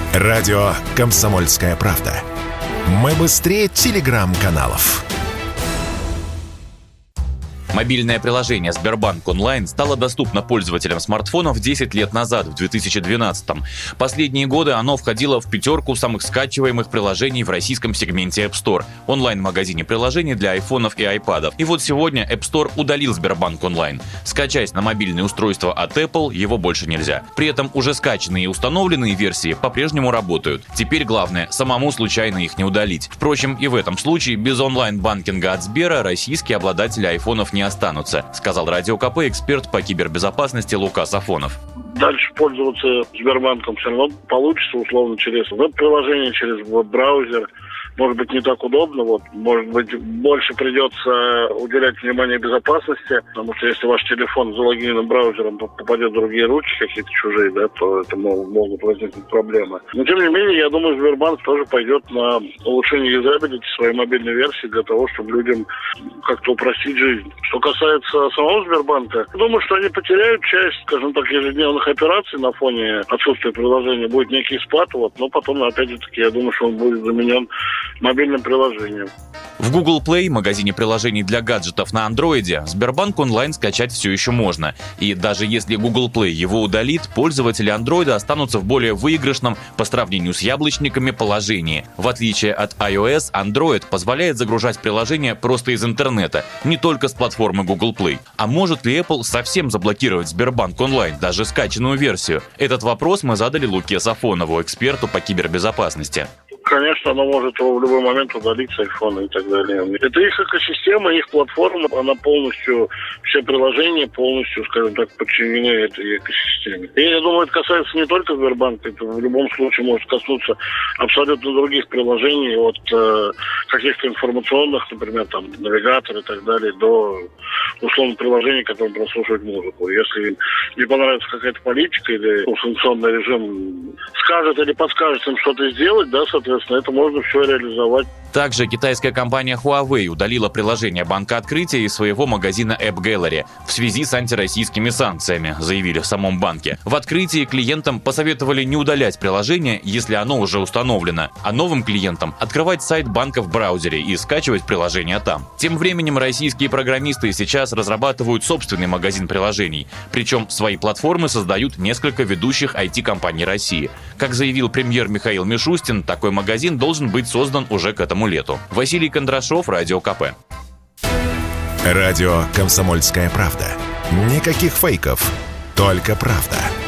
Радио «Комсомольская правда». Мы быстрее телеграм-каналов. Мобильное приложение «Сбербанк Онлайн» стало доступно пользователям смартфонов 10 лет назад, в 2012-м. Последние годы оно входило в пятерку самых скачиваемых приложений в российском сегменте App Store, онлайн-магазине приложений для айфонов и айпадов. И вот сегодня App Store удалил «Сбербанк Онлайн». Скачать на мобильное устройство от Apple его больше нельзя. При этом уже скачанные и установленные версии по-прежнему работают. Теперь главное – самому случайно их не удалить. Впрочем, и в этом случае без онлайн-банкинга от Сбера российские обладатели айфонов не останутся, сказал Радио КП эксперт по кибербезопасности Лука Сафонов. Дальше пользоваться Сбербанком все равно получится, условно, через веб-приложение, через веб-браузер. Может быть, не так удобно, может быть, больше придется уделять внимание безопасности, потому что если ваш телефон залогиненным браузером попадет в другие руки, какие-то чужие, да, то это могут возникнуть проблемы. Но, тем не менее, я думаю, Сбербанк тоже пойдет на улучшение юзабилити своей мобильной версии для того, чтобы людям как-то упростить жизнь. Что касается самого Сбербанка, думаю, что они потеряют часть, скажем так, ежедневных операций на фоне отсутствия приложения. Будет некий спад, но потом, опять же таки, я думаю, что он будет заменен мобильным приложением. В Google Play, магазине приложений для гаджетов на Android, Сбербанк Онлайн скачать все еще можно. И даже если Google Play его удалит, пользователи Android останутся в более выигрышном по сравнению с яблочниками положении. В отличие от iOS, Android позволяет загружать приложения просто из интернета, не только с платформы Google Play. А может ли Apple совсем заблокировать Сбербанк Онлайн, даже скачанную версию? Этот вопрос мы задали Луке Сафонову, эксперту по кибербезопасности. Конечно, оно может его в любой момент удалить с айфона и так далее. Это их экосистема, их платформа, она полностью, все приложения полностью, скажем так, подчинены этой экосистеме. И я думаю, это касается не только Сбербанка, это в любом случае может коснуться абсолютно других приложений, от каких-то информационных, например, там, навигатор и так далее, до условно приложений, которые прослушивают музыку. Если им не понравится какая-то политика или функционный режим скажет или подскажет им что-то сделать, да, соответственно, это можно все реализовать. Также китайская компания Huawei удалила приложение Банка Открытия из своего магазина App Gallery в связи с антироссийскими санкциями, заявили в самом банке. В Открытии клиентам посоветовали не удалять приложение, если оно уже установлено, а новым клиентам открывать сайт банка в браузере и скачивать приложение там. Тем временем российские программисты сейчас разрабатывают собственный магазин приложений, причем свои платформы создают несколько ведущих IT-компаний России. Как заявил премьер Михаил Мишустин, такой магазин должен быть создан уже к этому лету. Василий Кондрашов, Радио КП. Радио «Комсомольская правда». Никаких фейков, только правда.